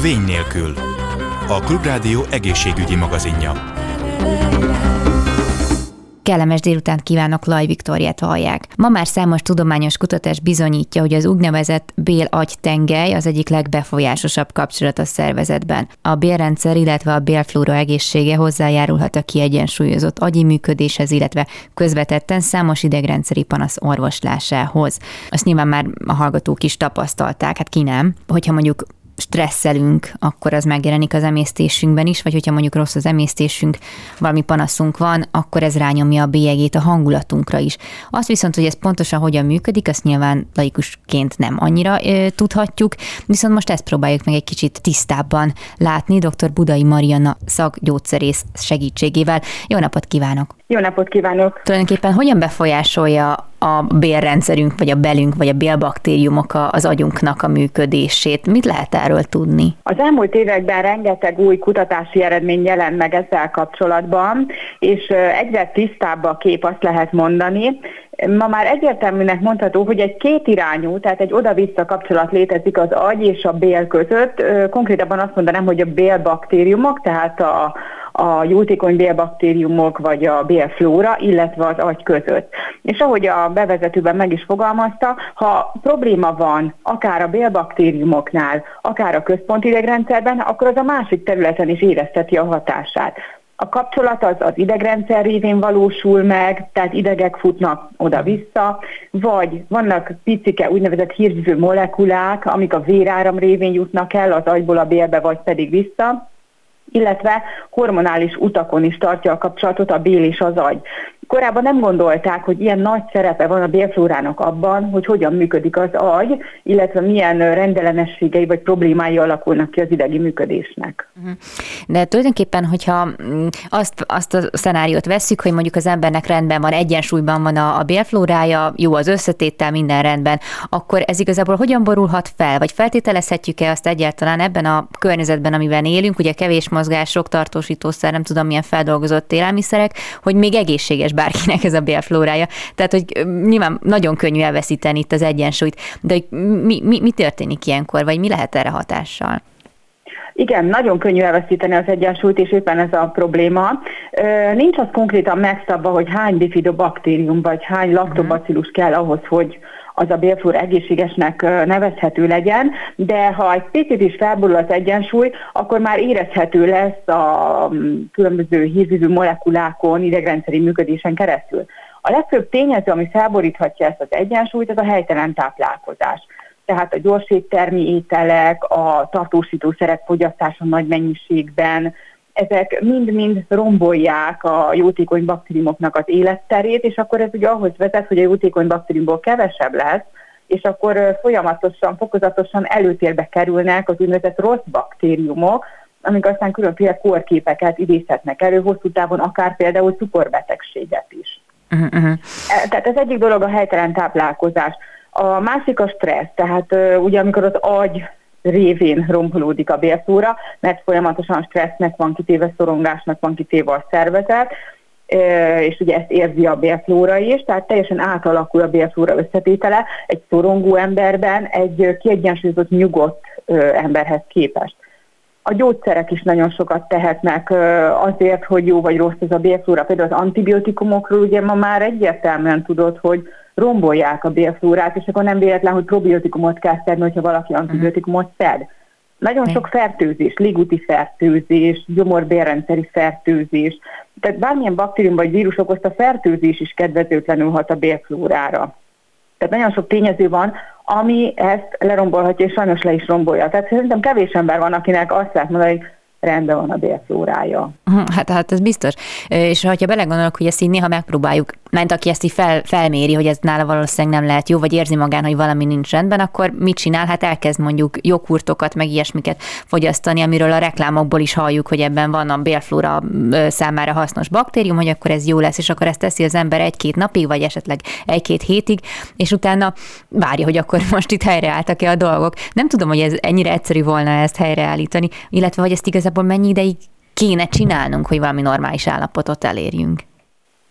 Vény nélkül. A Klubrádió egészségügyi magazinja. Kellemes délutánt kívánok, Laj Viktóriát hallják. Ma már számos tudományos kutatás bizonyítja, hogy az úgynevezett bél-agy-tengely az egyik legbefolyásosabb kapcsolat a szervezetben. A bélrendszer, illetve a bélflóra egészsége hozzájárulhat a kiegyensúlyozott agyi működéshez, illetve közvetetten számos idegrendszeri panasz orvoslásához. Azt nyilván már a hallgatók is tapasztalták, hát ki nem, hogyha mondjuk stresszelünk, akkor az megjelenik az emésztésünkben is, vagy hogyha mondjuk rossz az emésztésünk, valami panaszunk van, akkor ez rányomja a bélyegét a hangulatunkra is. Azt viszont, hogy ez pontosan hogyan működik, azt nyilván laikusként nem annyira tudhatjuk, viszont most ezt próbáljuk meg egy kicsit tisztábban látni dr. Budai Marianna szakgyógyszerész segítségével. Jó napot kívánok! Jó napot kívánok! Tulajdonképpen hogyan befolyásolja a bélrendszerünk, vagy a belünk, vagy a bélbaktériumok az agyunknak a működését? Mit lehet erről tudni? Az elmúlt években rengeteg új kutatási eredmény jelent meg ezzel kapcsolatban, és egyre tisztább a kép, azt lehet mondani. Ma már egyértelműnek mondható, hogy egy kétirányú, tehát egy oda-vissza kapcsolat létezik az agy és a bél között. Konkrétabban azt mondanám, hogy a bélbaktériumok, tehát a jótékony bélbaktériumok vagy a bélflóra, illetve az agy között. És ahogy a bevezetőben meg is fogalmazta, ha probléma van akár a bélbaktériumoknál, akár a központi idegrendszerben, akkor az a másik területen is érezteti a hatását. A kapcsolat az idegrendszer révén valósul meg, tehát idegek futnak oda-vissza, vagy vannak picike úgynevezett hírvívő molekulák, amik a véráram révén jutnak el az agyból a bélbe, vagy pedig vissza, illetve hormonális utakon is tartja a kapcsolatot a bél és az agy. Korábban nem gondolták, hogy ilyen nagy szerepe van a bélflórának abban, hogy hogyan működik az agy, illetve milyen rendellenességei vagy problémái alakulnak ki az idegi működésnek. De tulajdonképpen, hogyha azt a szenáriót vesszük, hogy mondjuk az embernek rendben van, egyensúlyban van a bélflórája, jó az összetétel, minden rendben, akkor ez igazából hogyan borulhat fel? Vagy feltételezhetjük-e azt egyáltalán ebben a környezetben, amiben élünk, ugye kevés mozgás, sok tartósítószer, nem tudom milyen feldolgozott élelmiszerek, hogy még egészséges bárkinek ez a bélflórája. Tehát, hogy nyilván nagyon könnyű elveszíteni itt az egyensúlyt, de mi történik ilyenkor, vagy mi lehet erre hatással? Igen, nagyon könnyű elveszíteni az egyensúlyt, és éppen ez a probléma. Nincs az konkrétan megszabva, hogy hány bifidobaktérium vagy hány laktobacillus kell ahhoz, hogy az a bélflóra egészségesnek nevezhető legyen, de ha egy picit is felborul az egyensúly, akkor már érezhető lesz a különböző hírvívő molekulákon, idegrendszeri működésen keresztül. A legfőbb tényező, ami felboríthatja ezt az egyensúlyt, az a helytelen táplálkozás. Tehát a gyors éttermi ételek, a tartósítószerek fogyasztása nagy mennyiségben, ezek mind-mind rombolják a jótékony baktériumoknak az életterét, és akkor ez ugye ahhoz vezet, hogy a jótékony baktériumból kevesebb lesz, és akkor folyamatosan, fokozatosan előtérbe kerülnek az úgynevezett rossz baktériumok, amik aztán különféle kórképeket idézhetnek elő, hosszú távon akár például cukorbetegséget is. Tehát ez egyik dolog a helytelen táplálkozás. A másik a stressz, tehát ugye amikor az agy révén rombolódik a bélflóra, mert folyamatosan stressznek van kitéve, szorongásnak van kitéve a szervezet, és ugye ezt érzi a bélflóra is, tehát teljesen átalakul a bélflóra összetétele egy szorongó emberben egy kiegyensúlyozott, nyugodt emberhez képest. A gyógyszerek is nagyon sokat tehetnek azért, hogy jó vagy rossz ez a bélflóra. Például az antibiotikumokról ugye ma már egyértelműen tudod, hogy rombolják a bélflórát, és akkor nem véletlen, hogy probiotikumot kell szedni, hogyha valaki antibiotikumot szed. Nagyon sok fertőzés, légúti fertőzés, gyomor-bélrendszeri fertőzés, tehát bármilyen baktérium vagy vírus okozta fertőzés is kedvezőtlenül hat a bélflórára. Tehát nagyon sok tényező van, ami ezt lerombolhatja, és sajnos le is rombolja. Tehát szerintem kevés ember van, akinek azt lehet mondani, hogy rendben van a bélflórája. Hát ez biztos. És ha belegondolok, hogy ezt így néha megpróbáljuk, mert aki ezt így felméri, hogy ez nála valószínűleg nem lehet jó, vagy érzi magán, hogy valami nincs rendben, akkor mit csinál? Hát elkezd mondjuk joghurtokat, meg ilyesmiket fogyasztani, amiről a reklámokból is halljuk, hogy ebben van a bélflóra számára hasznos baktérium, hogy akkor ez jó lesz, és akkor ezt teszi az ember 1-2 napig, vagy esetleg 1-2 hétig, és utána várja, hogy akkor most itt helyreálltak-e a dolgok. Nem tudom, hogy ez ennyire egyszerű volna ezt helyreállítani, illetve hogy ezt igazából mennyi ideig kéne csinálnunk, hogy valami normális állapotot elérjünk.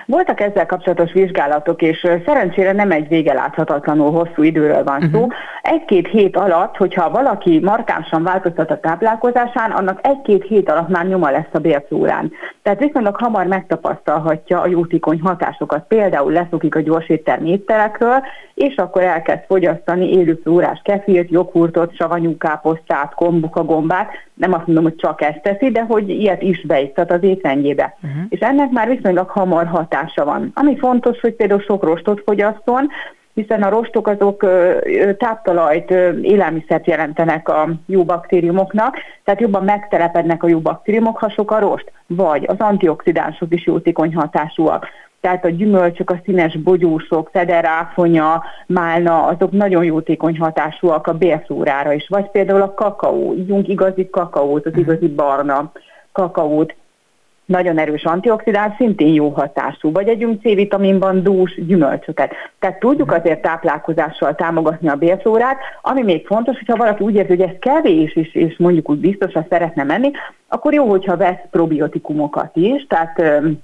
Voltak ezzel kapcsolatos vizsgálatok, és szerencsére nem egy vége láthatatlanul hosszú időről van szó. 1-2 hét alatt, hogyha valaki markánsan változtat a táplálkozásán, annak 1-2 hét alatt már nyoma lesz a bélflórán. Tehát viszonylag hamar megtapasztalhatja a jótékony hatásokat. Például leszokik a gyorséttermi ételekről, és akkor elkezd fogyasztani élőflórás kefirt, joghurtot, savanyú káposztát, kombuka gombát. Nem azt mondom, hogy csak ezt teszi, de hogy ilyet is beiktat az étrendjébe. És ennek már viszonylag hamar hatása van. Ami fontos, hogy például sok rostot fogyasszon, hiszen a rostok azok táptalajt, élelmiszert jelentenek a jó baktériumoknak, tehát jobban megtelepednek a jó baktériumok, ha sok a rost, vagy az antioxidánsok is jótékony hatásúak. Tehát a gyümölcsök, a színes bogyósok, ceder, áfonya, málna, azok nagyon jótékony hatásúak a bélflórára is. Vagy például a kakaó, ígyunk igazi kakaót, az igazi barna kakaót, nagyon erős antioxidáns, szintén jó hatású. Vagy együnk C-vitaminban dús gyümölcsöket. Tehát tudjuk azért táplálkozással támogatni a bélflórát, ami még fontos, hogyha valaki úgy érzi, hogy ez kevés is, és mondjuk úgy biztosan szeretne menni, akkor jó, hogyha vesz probiotikumokat is, tehát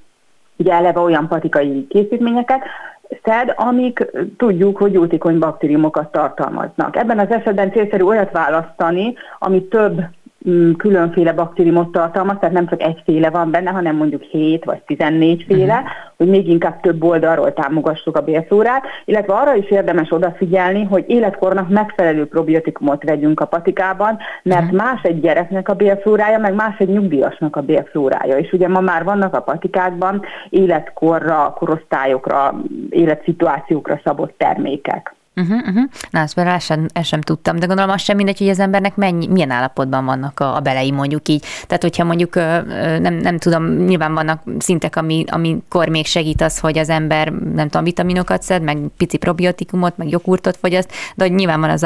ugye eleve olyan patikai készítményeket szed, amik tudjuk, hogy jótékony baktériumokat tartalmaznak. Ebben az esetben célszerű olyat választani, ami több különféle baktériumot tartalmaz, tehát nem csak egyféle van benne, hanem mondjuk 7 vagy 14 féle, hogy még inkább több oldalról támogassuk a bélflórát, illetve arra is érdemes odafigyelni, hogy életkornak megfelelő probiotikumot vegyünk a patikában, mert más egy gyereknek a bélflórája, meg más egy nyugdíjasnak a bélflórája. És ugye ma már vannak a patikákban életkorra, korosztályokra, életszituációkra szabott termékek. Na, azt például ezt sem tudtam, de gondolom az sem mindegy, hogy az embernek milyen állapotban vannak a belei, mondjuk így. Tehát, hogyha mondjuk nem tudom, nyilván vannak szintek, amikor még segít az, hogy az ember, nem tudom, vitaminokat szed, meg pici probiotikumot, meg joghurtot fogyaszt, de hogy nyilván van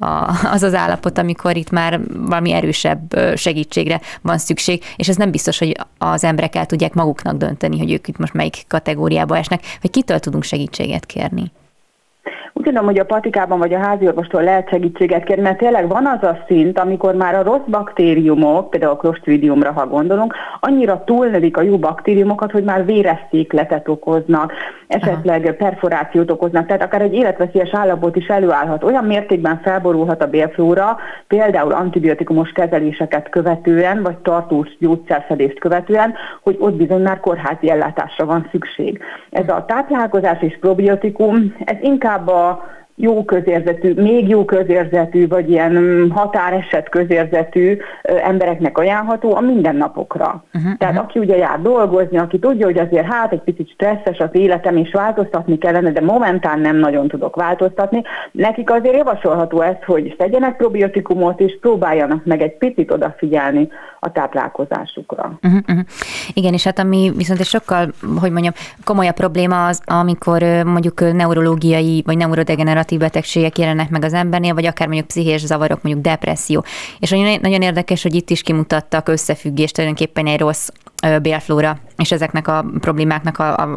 az állapot, amikor itt már valami erősebb segítségre van szükség, és ez nem biztos, hogy az emberek el tudják maguknak dönteni, hogy ők itt most melyik kategóriába esnek, vagy kitől tudunk segítséget kérni. Úgy tudom, hogy a patikában vagy a háziorvostól lehet segítséget kérni, mert tényleg van az a szint, amikor már a rossz baktériumok, például a Clostridiumra, ha gondolunk, annyira túlnövik a jó baktériumokat, hogy már véresztékletet okoznak, esetleg perforációt okoznak, tehát akár egy életveszélyes állapot is előállhat. Olyan mértékben felborulhat a bélflóra, például antibiotikumos kezeléseket követően, vagy tartós gyógyszerszedést követően, hogy ott bizony már kórházi ellátásra van szükség. Ez a táplálkozás és probiotikum, ez inkább a jó közérzetű, még jó közérzetű, vagy ilyen határeset közérzetű embereknek ajánlható a mindennapokra. Tehát aki ugye jár dolgozni, aki tudja, hogy azért egy picit stresszes az életem, és változtatni kellene, de momentán nem nagyon tudok változtatni, nekik azért javasolható ez, hogy szedjenek probiotikumot, és próbáljanak meg egy picit odafigyelni a táplálkozásukra. Igen, és hát ami viszont egy sokkal, hogy mondjam, komolyabb probléma az, amikor mondjuk neurológiai vagy neurodegeneratív betegségek jelennek meg az embernél, vagy akár mondjuk pszichés zavarok, mondjuk depresszió. És nagyon érdekes, hogy itt is kimutattak összefüggést tulajdonképpen egy rossz bélflóra és ezeknek a problémáknak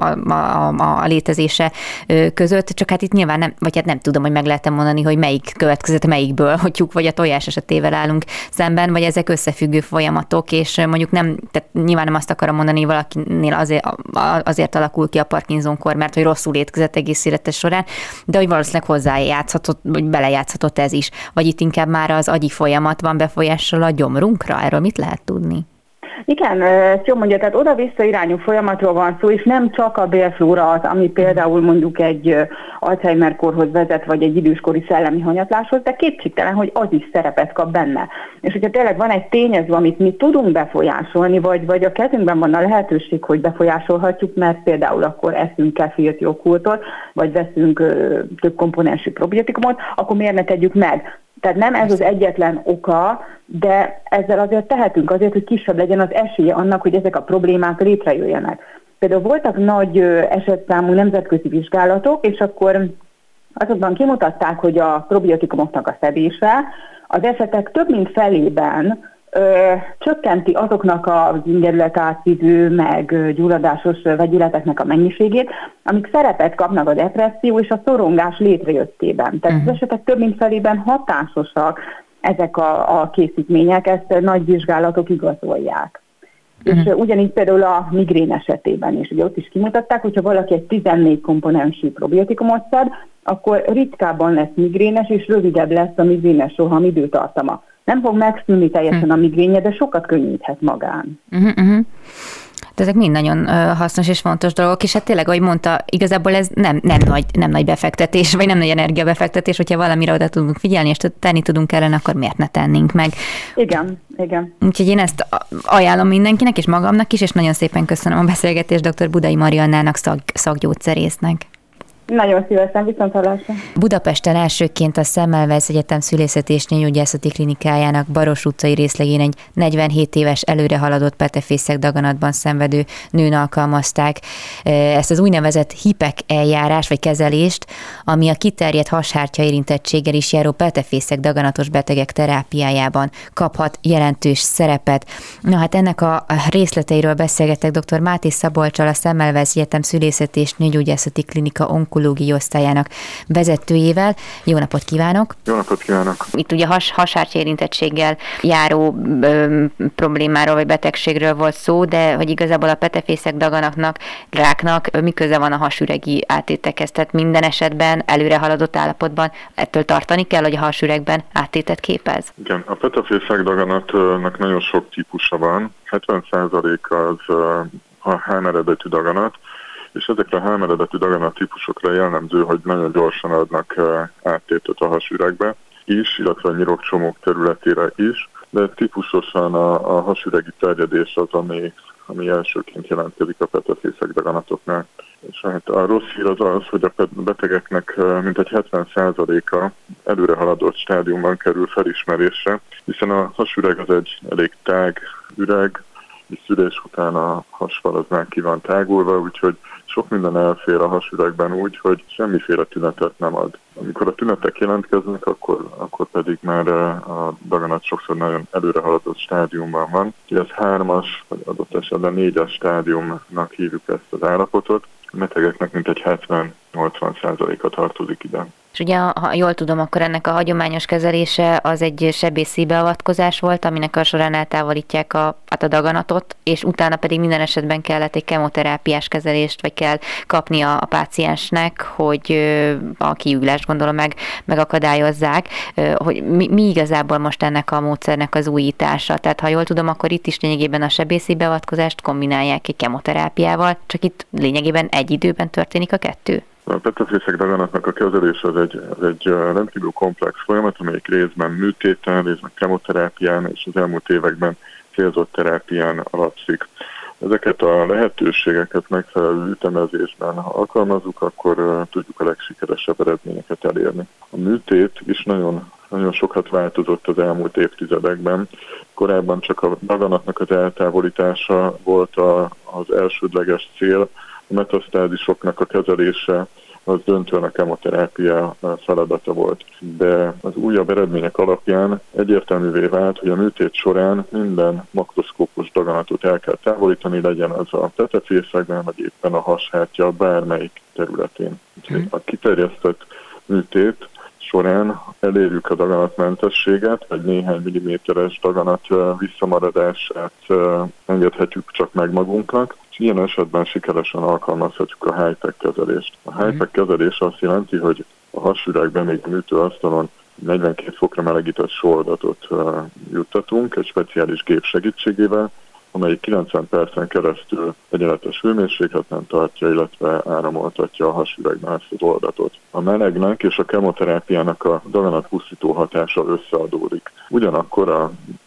a létezése között, csak hát itt nyilván nem, vagy hát nem tudom, hogy meg lehet mondani, hogy melyik következett melyikből, hogy tyúk vagy a tojás esetével állunk szemben, vagy ezek összefüggő folyamatok, és mondjuk nem, tehát nyilván nem azt akarom mondani, hogy valakinél azért alakul ki a Parkinson-kor, mert hogy rosszul étkezett egész élete során, de hogy valószínűleg hozzájátszhatott, vagy belejátszhatott ez is. Vagy itt inkább már az agyi folyamat van befolyással a gyomrunkra, erről mit lehet tudni? Igen, ezt jó mondja, tehát oda-vissza irányú folyamatról van szó, és nem csak a bélflóra az, ami például mondjuk egy Alzheimer-korhoz vezet, vagy egy időskori szellemi hanyatláshoz, de kétségtelen, hogy az is szerepet kap benne. És hogyha tényleg van egy tényező, amit mi tudunk befolyásolni, vagy a kezünkben van a lehetőség, hogy befolyásolhatjuk, mert például akkor eszünk kefirt, joghurtot, vagy veszünk több komponensű probiotikumot, akkor miért ne tegyük meg? Tehát nem ez az egyetlen oka, de ezzel azért tehetünk azért, hogy kisebb legyen az esélye annak, hogy ezek a problémák létrejöjjenek. Például voltak nagy esetszámú nemzetközi vizsgálatok, és akkor azokban kimutatták, hogy a probiotikumoknak a szedése az esetek több mint felében csökkenti azoknak az ingerület átvívő, meg gyulladásos vegyületeknek a mennyiségét, amik szerepet kapnak a depresszió és a szorongás létrejöttében. Tehát az esetek több mint felében hatásosak ezek a készítmények, ezt nagy vizsgálatok igazolják. És ugyanígy például a migrén esetében is, ugye ott is kimutatták, hogyha valaki egy 14 komponensű probiotikumot szed, akkor ritkábban lesz migrénes, és rövidebb lesz a migrénes roham időtartama. Nem fog megszűnni teljesen a migrénye, de sokat könnyíthet magán. De ezek mind nagyon hasznos és fontos dolgok, és hát tényleg, ahogy mondta, igazából ez nem nagy befektetés, vagy nem nagy energiabefektetés, hogyha valamire oda tudunk figyelni, és tenni tudunk ellen, akkor miért ne tennénk meg? Igen. Úgyhogy én ezt ajánlom mindenkinek, és magamnak is, és nagyon szépen köszönöm a beszélgetést dr. Budai Mariannának, szakgyógyszerésznek. Nagyon szívesen, viszonthallásra. Budapesten elsőként a Semmelweis Egyetem Szülészeti és Nőgyógyászati Klinikájának Baros utcai részlegén egy 47 éves előre haladott petefészek daganatban szenvedő nőn alkalmazták ezt az úgynevezett HIPEC eljárás vagy kezelést, ami a kiterjedt hashártya érintettséggel is járó petefészek daganatos betegek terápiájában kaphat jelentős szerepet. Na hát ennek a részleteiről beszélgetek dr. Máté Szabolccsal, a Semmelweis Egyetem Szülészeti és Nőgyógyászati Klinika onkológiai osztályának vezetőjével. Jó napot kívánok! Jó napot kívánok! Itt ugye hashártya érintettséggel járó problémáról vagy betegségről volt szó, de hogy igazából a petefészek daganatnak, ráknak mi köze van a hasüregi áttétekhez? Tehát minden esetben előre haladott állapotban ettől tartani kell, hogy a hasüregben áttétet képez? Igen, a petefészek daganatnak nagyon sok típusa van. 70% az a hámeredetű daganat, és ezekre a hámeredetű daganat típusokra jellemző, hogy nagyon gyorsan adnak áttétet a hasüregbe is, illetve a nyirokcsomók területére is, de típusosan a hasüregi terjedés az, ami elsőként jelentkezik a petefészek daganatoknál. És hát a rossz hír az, hogy a betegeknek mintegy 70%-a előre haladott stádiumban kerül felismerésre, hiszen a hasüreg az egy elég tág üreg, és szülés után a hasfal az már ki van tágulva, úgyhogy sok minden elfér a hasüregben úgy, hogy semmiféle tünetet nem ad. Amikor a tünetek jelentkeznek, akkor pedig már a daganat sokszor nagyon előre haladott stádiumban van. Ez 3-as, vagy adott esetben 4-es stádiumnak hívjuk ezt az állapotot. A betegeknek mintegy 70-80%-a tartozik ide. És ugye, ha jól tudom, akkor ennek a hagyományos kezelése az egy sebészi beavatkozás volt, aminek a során eltávolítják a daganatot, és utána pedig minden esetben kellett egy kemoterápiás kezelést, vagy kell kapnia a páciensnek, hogy a kiüglást gondolom megakadályozzák, hogy mi igazából most ennek a módszernek az újítása. Tehát ha jól tudom, akkor itt is lényegében a sebészi beavatkozást kombinálják egy kemoterápiával, csak itt lényegében egy időben történik a kettő. A petefészek daganatnak a kezelés az egy rendkívül komplex folyamat, amelyik részben műtéten, részben kemoterápián és az elmúlt években célzott terápián alapszik. Ezeket a lehetőségeket megfelelő ütemezésben, ha alkalmazzuk, akkor tudjuk a legsikeresebb eredményeket elérni. A műtét is nagyon sokat változott az elmúlt évtizedekben. Korábban csak a daganatnak az eltávolítása volt az elsődleges cél, a metasztázisoknak a kezelése az döntően a kemoterápia feladata volt. De az újabb eredmények alapján egyértelművé vált, hogy a műtét során minden makroszkópos daganatot el kell távolítani, legyen az a petefészekben, vagy éppen a hashártya bármelyik területén. A kiterjesztett műtét során elérjük a daganatmentességet, vagy néhány milliméteres daganat visszamaradását engedhetjük csak meg magunknak, és ilyen esetben sikeresen alkalmazhatjuk a HIPEC kezelést. A HIPEC kezelés azt jelenti, hogy a hasüregben még a műtőasztalon 42 fokra melegített sordatot juttatunk egy speciális gép segítségével, amely 90 percen keresztül egyenletes hőmérsékleten tartja, illetve áramoltatja a hasüregben ezt az oldatot. A melegnek és a kemoterápiának a daganatpusztító hatása összeadódik. Ugyanakkor a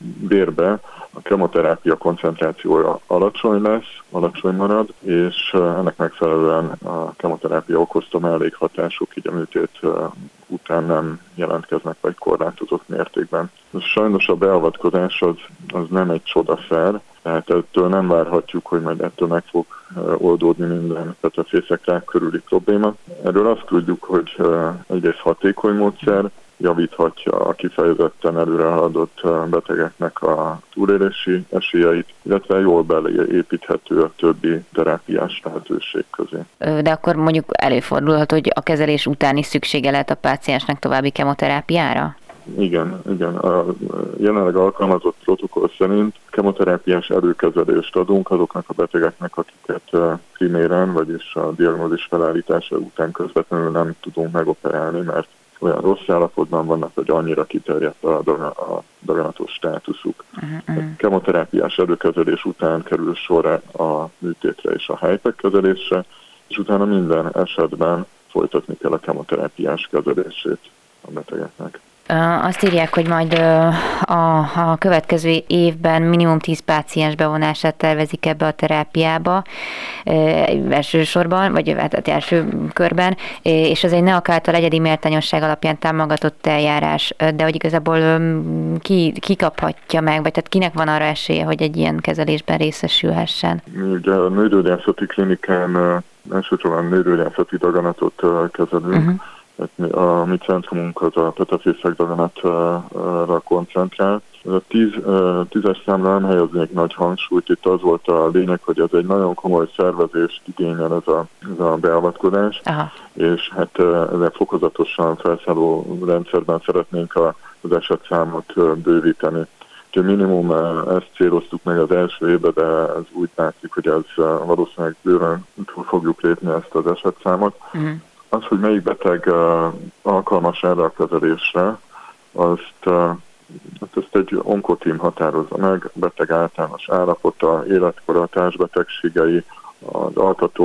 vérbe a kemoterápia koncentrációja alacsony marad, és ennek megfelelően a kemoterápia okozta mellékhatások így a műtét után nem jelentkeznek vagy korlátozott mértékben. Sajnos a beavatkozás az nem egy csodaszer, tehát ettől nem várhatjuk, hogy majd ettől meg fog oldódni minden petefészek rák körüli probléma. Erről azt tudjuk, hogy egyrészt hatékony módszer, javíthatja a kifejezetten előre haladott betegeknek a túlélési esélyeit, illetve jól beleépíthető a többi terápiás lehetőség közé. De akkor mondjuk előfordulhat, hogy a kezelés után is szüksége lehet a páciensnek további kemoterápiára? Igen. A jelenleg alkalmazott protokoll szerint kemoterápiás előkezelést adunk azoknak a betegeknek, akiket priméren, vagyis a diagnózis felállítása után közvetlenül nem tudunk megoperálni, mert olyan rossz állapotban vannak, hogy annyira kiterjedt a daganatos státuszuk. Kemoterápiás előkezelés után kerül sor a műtétre és a HIPEC kezelésre, és utána minden esetben folytatni kell a kemoterápiás kezelését a betegeknek. Azt írják, hogy majd a következő évben minimum 10 páciens bevonását tervezik ebbe a terápiába elsősorban, vagy hát első körben, és ez egy NEAK által egyedi méltányosság alapján támogatott eljárás, de hogy igazából ki kaphatja meg, vagy tehát kinek van arra esélye, hogy egy ilyen kezelésben részesülhessen? Ugye a nőgyógyászati klinikán elsősorban nőgyógyászati daganatot kezelünk. A mi centrumunk az a petefészek daganatra koncentrál. A 10-es számra nem helyeznék nagy hangsúlyt, itt az volt a lényeg, hogy ez egy nagyon komoly szervezést igényel ez a beavatkozás, és hát ezzel fokozatosan felszálló rendszerben szeretnénk az esetszámot bővíteni. Úgyhogy minimum ezt céloztuk meg az első évben, de ez úgy látszik, hogy ez valószínűleg bőven túl fogjuk lépni ezt az esetszámot. Az, hogy melyik beteg alkalmas erre a kezelésre, ezt egy onkotím határozza meg, beteg általános állapota, életkora, társbetegségei, az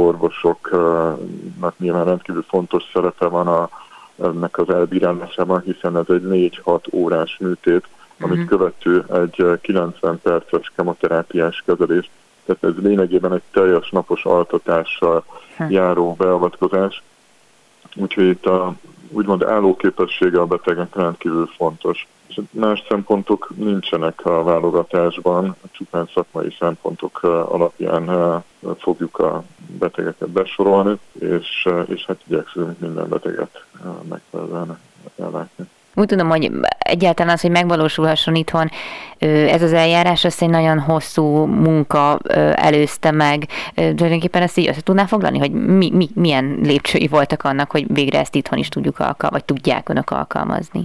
altatóorvosoknak nyilván rendkívül fontos szerepe van ennek az elbírálásában, hiszen ez egy 4-6 órás műtét, amit követő egy 90 perces kemoterápiás kezelés, tehát ez lényegében egy teljes napos altatással járó beavatkozás. Úgyhogy itt a úgymond állóképessége a betegnek rendkívül fontos. És más szempontok nincsenek a válogatásban, csupán szakmai szempontok alapján fogjuk a betegeket besorolni, és hát igyekszünk minden beteget megfelelően ellátni. Úgy tudom, hogy egyáltalán az, hogy megvalósulhasson itthon ez az eljárás, azt egy nagyon hosszú munka előzte meg. Tulajdonképpen ezt így össze tudná foglalni, hogy milyen lépcsői voltak annak, hogy végre ezt itthon is tudjuk vagy tudják önök alkalmazni?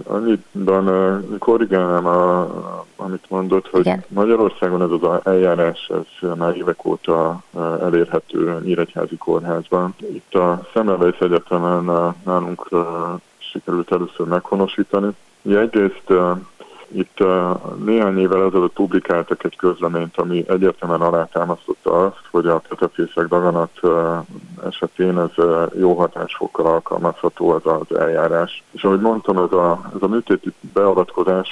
Annyiban korrigálnám, amit mondott, hogy igen. Magyarországon ez az eljárás ez már évek óta elérhető Nyíregyházi kórházban. Itt a Semmelweis Egyetemen nálunk sikerült először meghonosítani. Egyrészt itt néhány évvel ezelőtt publikáltak egy közleményt, ami egyértelműen alátámasztotta azt, hogy a petefészek daganat esetén ez jó hatásfokkal alkalmazható az eljárás. És ahogy mondtam, ez a műtéti beavatkozás,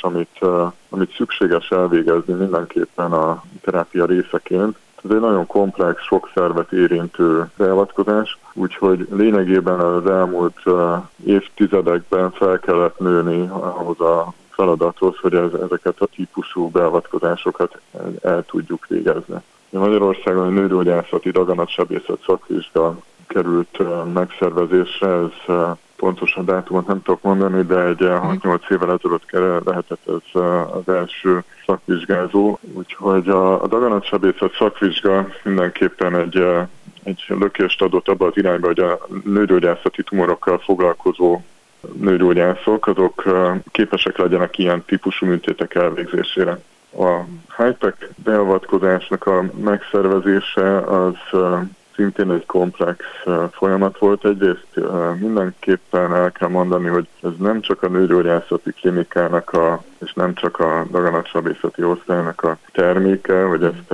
amit szükséges elvégezni mindenképpen a terápia részeként, ez egy nagyon komplex, sok szervet érintő beavatkozás, úgyhogy lényegében az elmúlt évtizedekben fel kellett nőni ahhoz a feladathoz, hogy ezeket a típusú beavatkozásokat el tudjuk végezni. Magyarországon a nőgyógyászati daganatsebészet szakvizsga került megszervezésre, ez pontos a dátumot nem tudok mondani, de egy 6-8 évvel ezelőtt lehetett ez az első szakvizsgázó. Úgyhogy a daganatsebészet szakvizsga mindenképpen egy lökést adott abba az irányba, hogy a nőgyógyászati tumorokkal foglalkozó nőgyógyászok, azok képesek legyenek ilyen típusú műtétek elvégzésére. A HIPEC beavatkozásnak a megszervezése az szintén egy komplex folyamat volt. Egyrészt mindenképpen el kell mondani, hogy ez nem csak a nőgyógyászati klinikának és nem csak a daganatsebészeti osztálynak a terméke, hogy ezt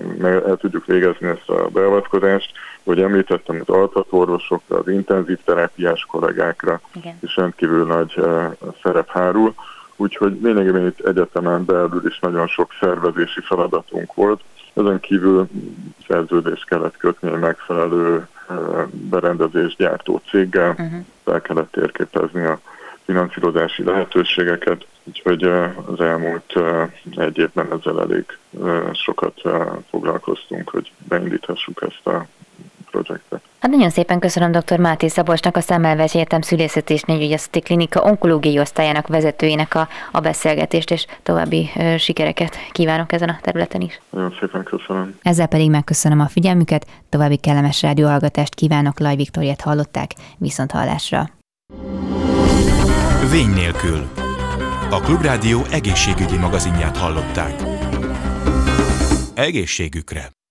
el tudjuk végezni ezt a beavatkozást, hogy említettem az altatóorvosokra, az intenzív terápiás kollégákra, igen. És rendkívül nagy szerep hárul. Úgyhogy lényegében itt egyetemen belül is nagyon sok szervezési feladatunk volt. Ezen kívül szerződést kellett kötni egy megfelelő berendezésgyártó céggel, fel kellett térképezni a finanszírozási lehetőségeket, úgyhogy az elmúlt egy évben ezzel elég sokat foglalkoztunk, hogy beindíthassuk ezt a projektet. Hát nagyon szépen köszönöm dr. Máté Szabolcsnak, a Semmelweis Egyetem Szülészeti és Nőgyógyászati Klinika onkológiai osztályának vezetőjének a beszélgetést, és további sikereket kívánok ezen a területen is. Nagyon szépen köszönöm. Ezzel pedig megköszönöm a figyelmüket, további kellemes rádióhallgatást kívánok, Laj Viktóriát hallották, viszonthallásra. Vény nélkül. A Klubrádió egészségügyi magazinját hallották. Egészségükre!